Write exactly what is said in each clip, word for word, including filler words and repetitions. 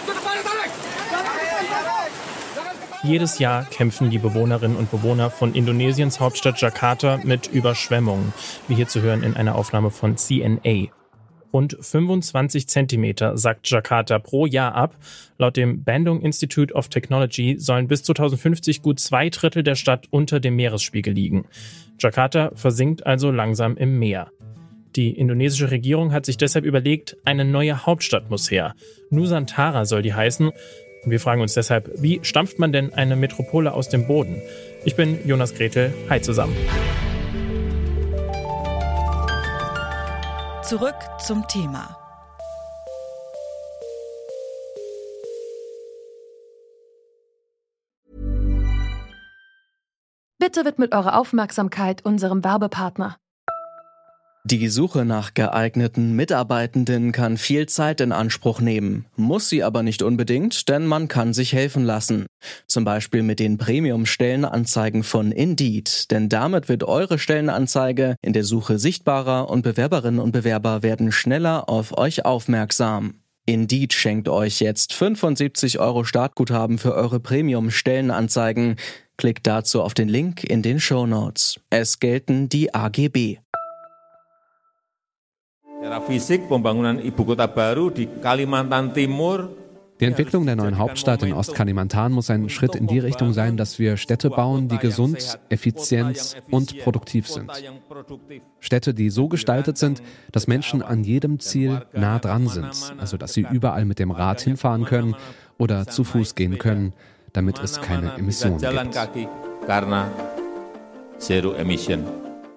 Jedes Jahr kämpfen die Bewohnerinnen und Bewohner von Indonesiens Hauptstadt Jakarta mit Überschwemmungen, wie hier zu hören in einer Aufnahme von C N A. Rund fünfundzwanzig Zentimeter sackt Jakarta pro Jahr ab. Laut dem Bandung Institute of Technology sollen bis zweitausendfünfzig gut zwei Drittel der Stadt unter dem Meeresspiegel liegen. Jakarta versinkt also langsam im Meer. Die indonesische Regierung hat sich deshalb überlegt, eine neue Hauptstadt muss her. Nusantara soll die heißen. Und wir fragen uns deshalb, wie stampft man denn eine Metropole aus dem Boden? Ich bin Jonas Gretel. Hi zusammen. Zurück zum Thema. Bitte widmet eure Aufmerksamkeit unserem Werbepartner. Die Suche nach geeigneten Mitarbeitenden kann viel Zeit in Anspruch nehmen, muss sie aber nicht unbedingt, denn man kann sich helfen lassen. Zum Beispiel mit den Premium-Stellenanzeigen von Indeed, denn damit wird eure Stellenanzeige in der Suche sichtbarer und Bewerberinnen und Bewerber werden schneller auf euch aufmerksam. Indeed schenkt euch jetzt fünfundsiebzig Euro Startguthaben für eure Premium-Stellenanzeigen. Klickt dazu auf den Link in den Shownotes. Es gelten die A G B. Die Entwicklung der neuen Hauptstadt in Ostkalimantan muss ein Schritt in die Richtung sein, dass wir Städte bauen, die gesund, effizient und produktiv sind. Städte, die so gestaltet sind, dass Menschen an jedem Ziel nah dran sind, also dass sie überall mit dem Rad hinfahren können oder zu Fuß gehen können, damit es keine Emissionen gibt.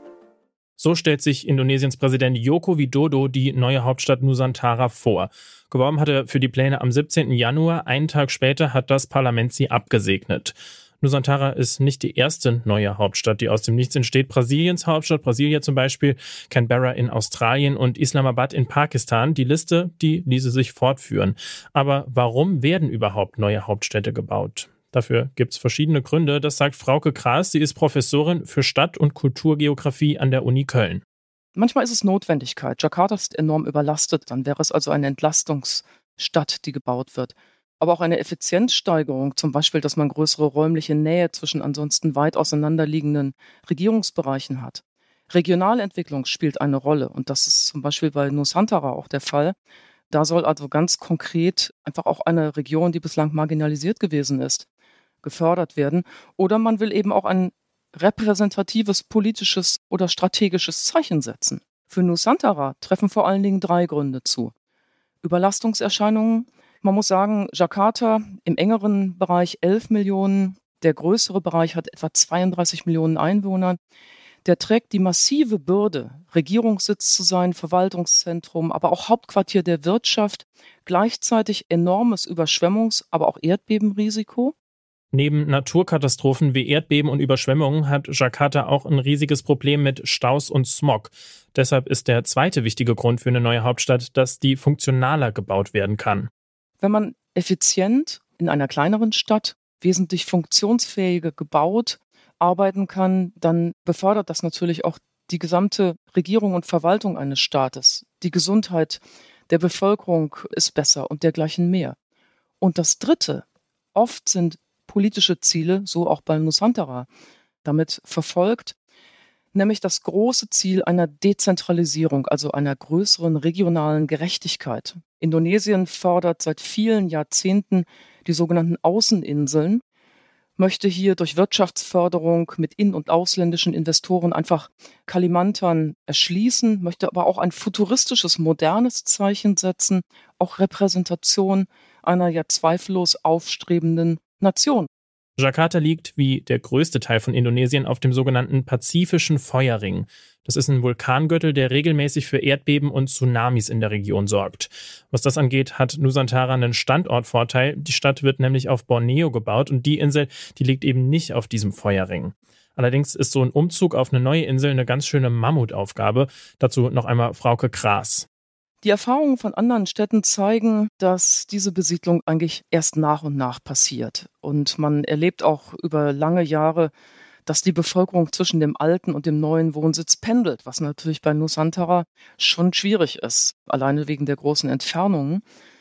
So stellt sich Indonesiens Präsident Joko Widodo die neue Hauptstadt Nusantara vor. Geworben hat er für die Pläne am siebzehnten Januar. Einen Tag später hat das Parlament sie abgesegnet. Nusantara ist nicht die erste neue Hauptstadt, die aus dem Nichts entsteht. Brasiliens Hauptstadt, Brasilia zum Beispiel, Canberra in Australien und Islamabad in Pakistan. Die Liste, die ließe sich fortführen. Aber warum werden überhaupt neue Hauptstädte gebaut? Dafür gibt es verschiedene Gründe, das sagt Frauke Kraas. Sie ist Professorin für Stadt- und Kulturgeografie an der Uni Köln. Manchmal ist es Notwendigkeit. Jakarta ist enorm überlastet. Dann wäre es also eine Entlastungsstadt, die gebaut wird. Aber auch eine Effizienzsteigerung, zum Beispiel, dass man größere räumliche Nähe zwischen ansonsten weit auseinanderliegenden Regierungsbereichen hat. Regionalentwicklung spielt eine Rolle und das ist zum Beispiel bei Nusantara auch der Fall. Da soll also ganz konkret einfach auch eine Region, die bislang marginalisiert gewesen ist, gefördert werden. Oder man will eben auch ein repräsentatives politisches oder strategisches Zeichen setzen. Für Nusantara treffen vor allen Dingen drei Gründe zu. Überlastungserscheinungen. Man muss sagen, Jakarta im engeren Bereich elf Millionen, der größere Bereich hat etwa zweiunddreißig Millionen Einwohner. Der trägt die massive Bürde, Regierungssitz zu sein, Verwaltungszentrum, aber auch Hauptquartier der Wirtschaft, gleichzeitig enormes Überschwemmungs-, aber auch Erdbebenrisiko. Neben Naturkatastrophen wie Erdbeben und Überschwemmungen hat Jakarta auch ein riesiges Problem mit Staus und Smog. Deshalb ist der zweite wichtige Grund für eine neue Hauptstadt, dass die funktionaler gebaut werden kann. Wenn man effizient in einer kleineren Stadt wesentlich funktionsfähiger gebaut arbeiten kann, dann befördert das natürlich auch die gesamte Regierung und Verwaltung eines Staates. Die Gesundheit der Bevölkerung ist besser und dergleichen mehr. Und das Dritte, oft sind politische Ziele, so auch bei Nusantara, damit verfolgt, nämlich das große Ziel einer Dezentralisierung, also einer größeren regionalen Gerechtigkeit. Indonesien fördert seit vielen Jahrzehnten die sogenannten Außeninseln, möchte hier durch Wirtschaftsförderung mit in- und ausländischen Investoren einfach Kalimantan erschließen, möchte aber auch ein futuristisches, modernes Zeichen setzen, auch Repräsentation einer ja zweifellos aufstrebenden Nation. Jakarta liegt, wie der größte Teil von Indonesien, auf dem sogenannten Pazifischen Feuerring. Das ist ein Vulkangürtel, der regelmäßig für Erdbeben und Tsunamis in der Region sorgt. Was das angeht, hat Nusantara einen Standortvorteil. Die Stadt wird nämlich auf Borneo gebaut und die Insel, die liegt eben nicht auf diesem Feuerring. Allerdings ist so ein Umzug auf eine neue Insel eine ganz schöne Mammutaufgabe. Dazu noch einmal Frauke Kraas. Die Erfahrungen von anderen Städten zeigen, dass diese Besiedlung eigentlich erst nach und nach passiert. Und man erlebt auch über lange Jahre, dass die Bevölkerung zwischen dem alten und dem neuen Wohnsitz pendelt, was natürlich bei Nusantara schon schwierig ist, alleine wegen der großen Entfernungen.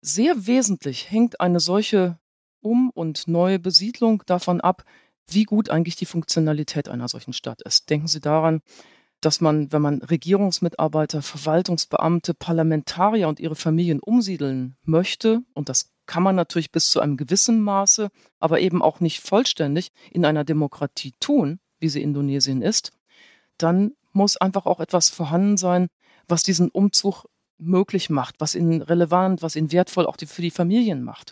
Sehr wesentlich hängt eine solche Um- und neue Besiedlung davon ab, wie gut eigentlich die Funktionalität einer solchen Stadt ist. Denken Sie daran, dass man, wenn man Regierungsmitarbeiter, Verwaltungsbeamte, Parlamentarier und ihre Familien umsiedeln möchte, und das kann man natürlich bis zu einem gewissen Maße, aber eben auch nicht vollständig in einer Demokratie tun, wie sie Indonesien ist, dann muss einfach auch etwas vorhanden sein, was diesen Umzug möglich macht, was ihn relevant, was ihn wertvoll auch die, für die Familien macht.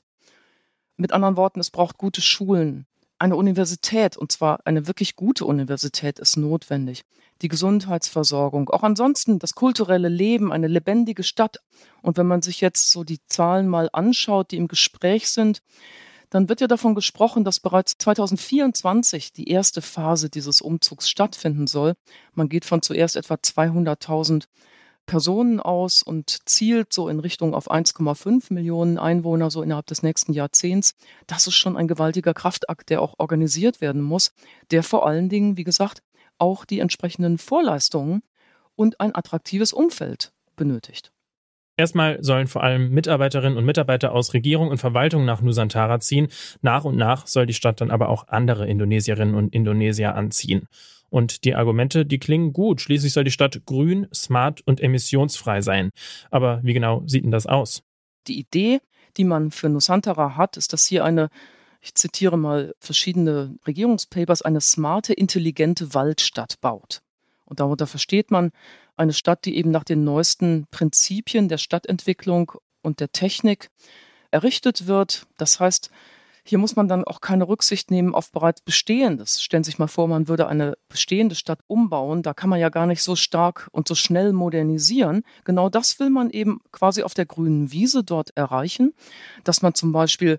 Mit anderen Worten, es braucht gute Schulen. Eine Universität, und zwar eine wirklich gute Universität, ist notwendig. Die Gesundheitsversorgung, auch ansonsten das kulturelle Leben, eine lebendige Stadt. Und wenn man sich jetzt so die Zahlen mal anschaut, die im Gespräch sind, dann wird ja davon gesprochen, dass bereits zwanzig vierundzwanzig die erste Phase dieses Umzugs stattfinden soll. Man geht von zuerst etwa zweihunderttausend Personen aus und zielt so in Richtung auf eins Komma fünf Millionen Einwohner so innerhalb des nächsten Jahrzehnts. Das ist schon ein gewaltiger Kraftakt, der auch organisiert werden muss, der vor allen Dingen, wie gesagt, auch die entsprechenden Vorleistungen und ein attraktives Umfeld benötigt. Erstmal sollen vor allem Mitarbeiterinnen und Mitarbeiter aus Regierung und Verwaltung nach Nusantara ziehen. Nach und nach soll die Stadt dann aber auch andere Indonesierinnen und Indonesier anziehen. Und die Argumente, die klingen gut. Schließlich soll die Stadt grün, smart und emissionsfrei sein. Aber wie genau sieht denn das aus? Die Idee, die man für Nusantara hat, ist, dass hier eine, ich zitiere mal verschiedene Regierungspapers, eine smarte, intelligente Waldstadt baut. Und darunter versteht man eine Stadt, die eben nach den neuesten Prinzipien der Stadtentwicklung und der Technik errichtet wird. Das heißt, hier muss man dann auch keine Rücksicht nehmen auf bereits Bestehendes. Stellen Sie sich mal vor, man würde eine bestehende Stadt umbauen. Da kann man ja gar nicht so stark und so schnell modernisieren. Genau das will man eben quasi auf der grünen Wiese dort erreichen, dass man zum Beispiel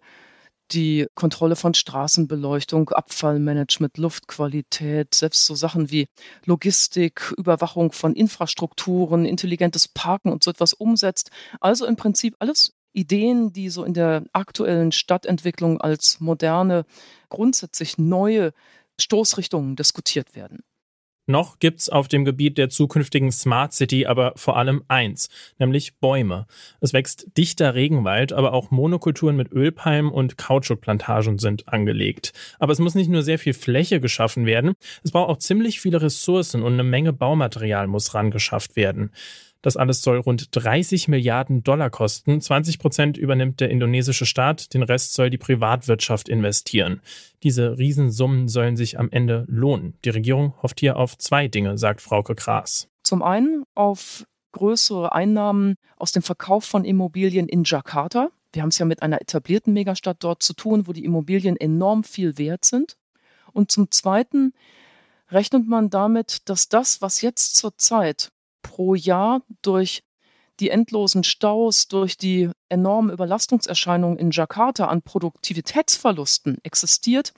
die Kontrolle von Straßenbeleuchtung, Abfallmanagement, Luftqualität, selbst so Sachen wie Logistik, Überwachung von Infrastrukturen, intelligentes Parken und so etwas umsetzt. Also im Prinzip alles Ideen, die so in der aktuellen Stadtentwicklung als moderne, grundsätzlich neue Stoßrichtungen diskutiert werden. Noch gibt's auf dem Gebiet der zukünftigen Smart City aber vor allem eins, nämlich Bäume. Es wächst dichter Regenwald, aber auch Monokulturen mit Ölpalmen und Kautschukplantagen sind angelegt. Aber es muss nicht nur sehr viel Fläche geschaffen werden, es braucht auch ziemlich viele Ressourcen und eine Menge Baumaterial muss rangeschafft werden. Das alles soll rund dreißig Milliarden Dollar kosten. zwanzig Prozent übernimmt der indonesische Staat, den Rest soll die Privatwirtschaft investieren. Diese Riesensummen sollen sich am Ende lohnen. Die Regierung hofft hier auf zwei Dinge, sagt Frauke Kraas. Zum einen auf größere Einnahmen aus dem Verkauf von Immobilien in Jakarta. Wir haben es ja mit einer etablierten Megastadt dort zu tun, wo die Immobilien enorm viel wert sind. Und zum Zweiten rechnet man damit, dass das, was jetzt zurzeit pro Jahr durch die endlosen Staus, durch die enormen Überlastungserscheinungen in Jakarta an Produktivitätsverlusten existiert,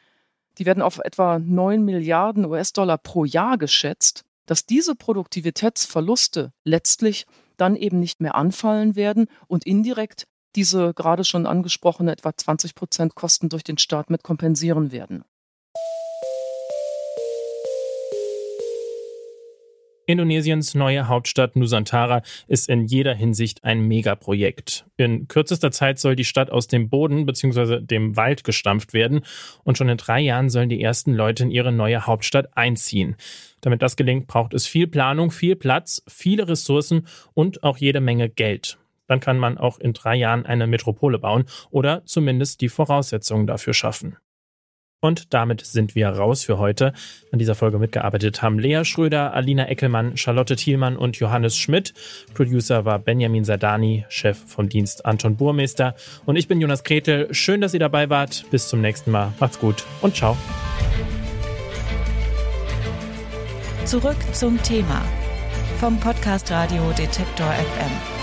die werden auf etwa neun Milliarden U S-Dollar pro Jahr geschätzt, dass diese Produktivitätsverluste letztlich dann eben nicht mehr anfallen werden und indirekt diese gerade schon angesprochene etwa zwanzig Prozent Kosten durch den Staat mit kompensieren werden. Indonesiens neue Hauptstadt Nusantara ist in jeder Hinsicht ein Megaprojekt. In kürzester Zeit soll die Stadt aus dem Boden bzw. dem Wald gestampft werden und schon in drei Jahren sollen die ersten Leute in ihre neue Hauptstadt einziehen. Damit das gelingt, braucht es viel Planung, viel Platz, viele Ressourcen und auch jede Menge Geld. Dann kann man auch in drei Jahren eine Metropole bauen oder zumindest die Voraussetzungen dafür schaffen. Und damit sind wir raus für heute. An dieser Folge mitgearbeitet haben Lea Schröder, Alina Eckelmann, Charlotte Thielmann und Johannes Schmidt. Producer war Benjamin Sardani, Chef vom Dienst Anton Burmeister. Und ich bin Jonas Kretel. Schön, dass ihr dabei wart. Bis zum nächsten Mal. Macht's gut und ciao. Zurück zum Thema vom Podcast Radio Detektor F M.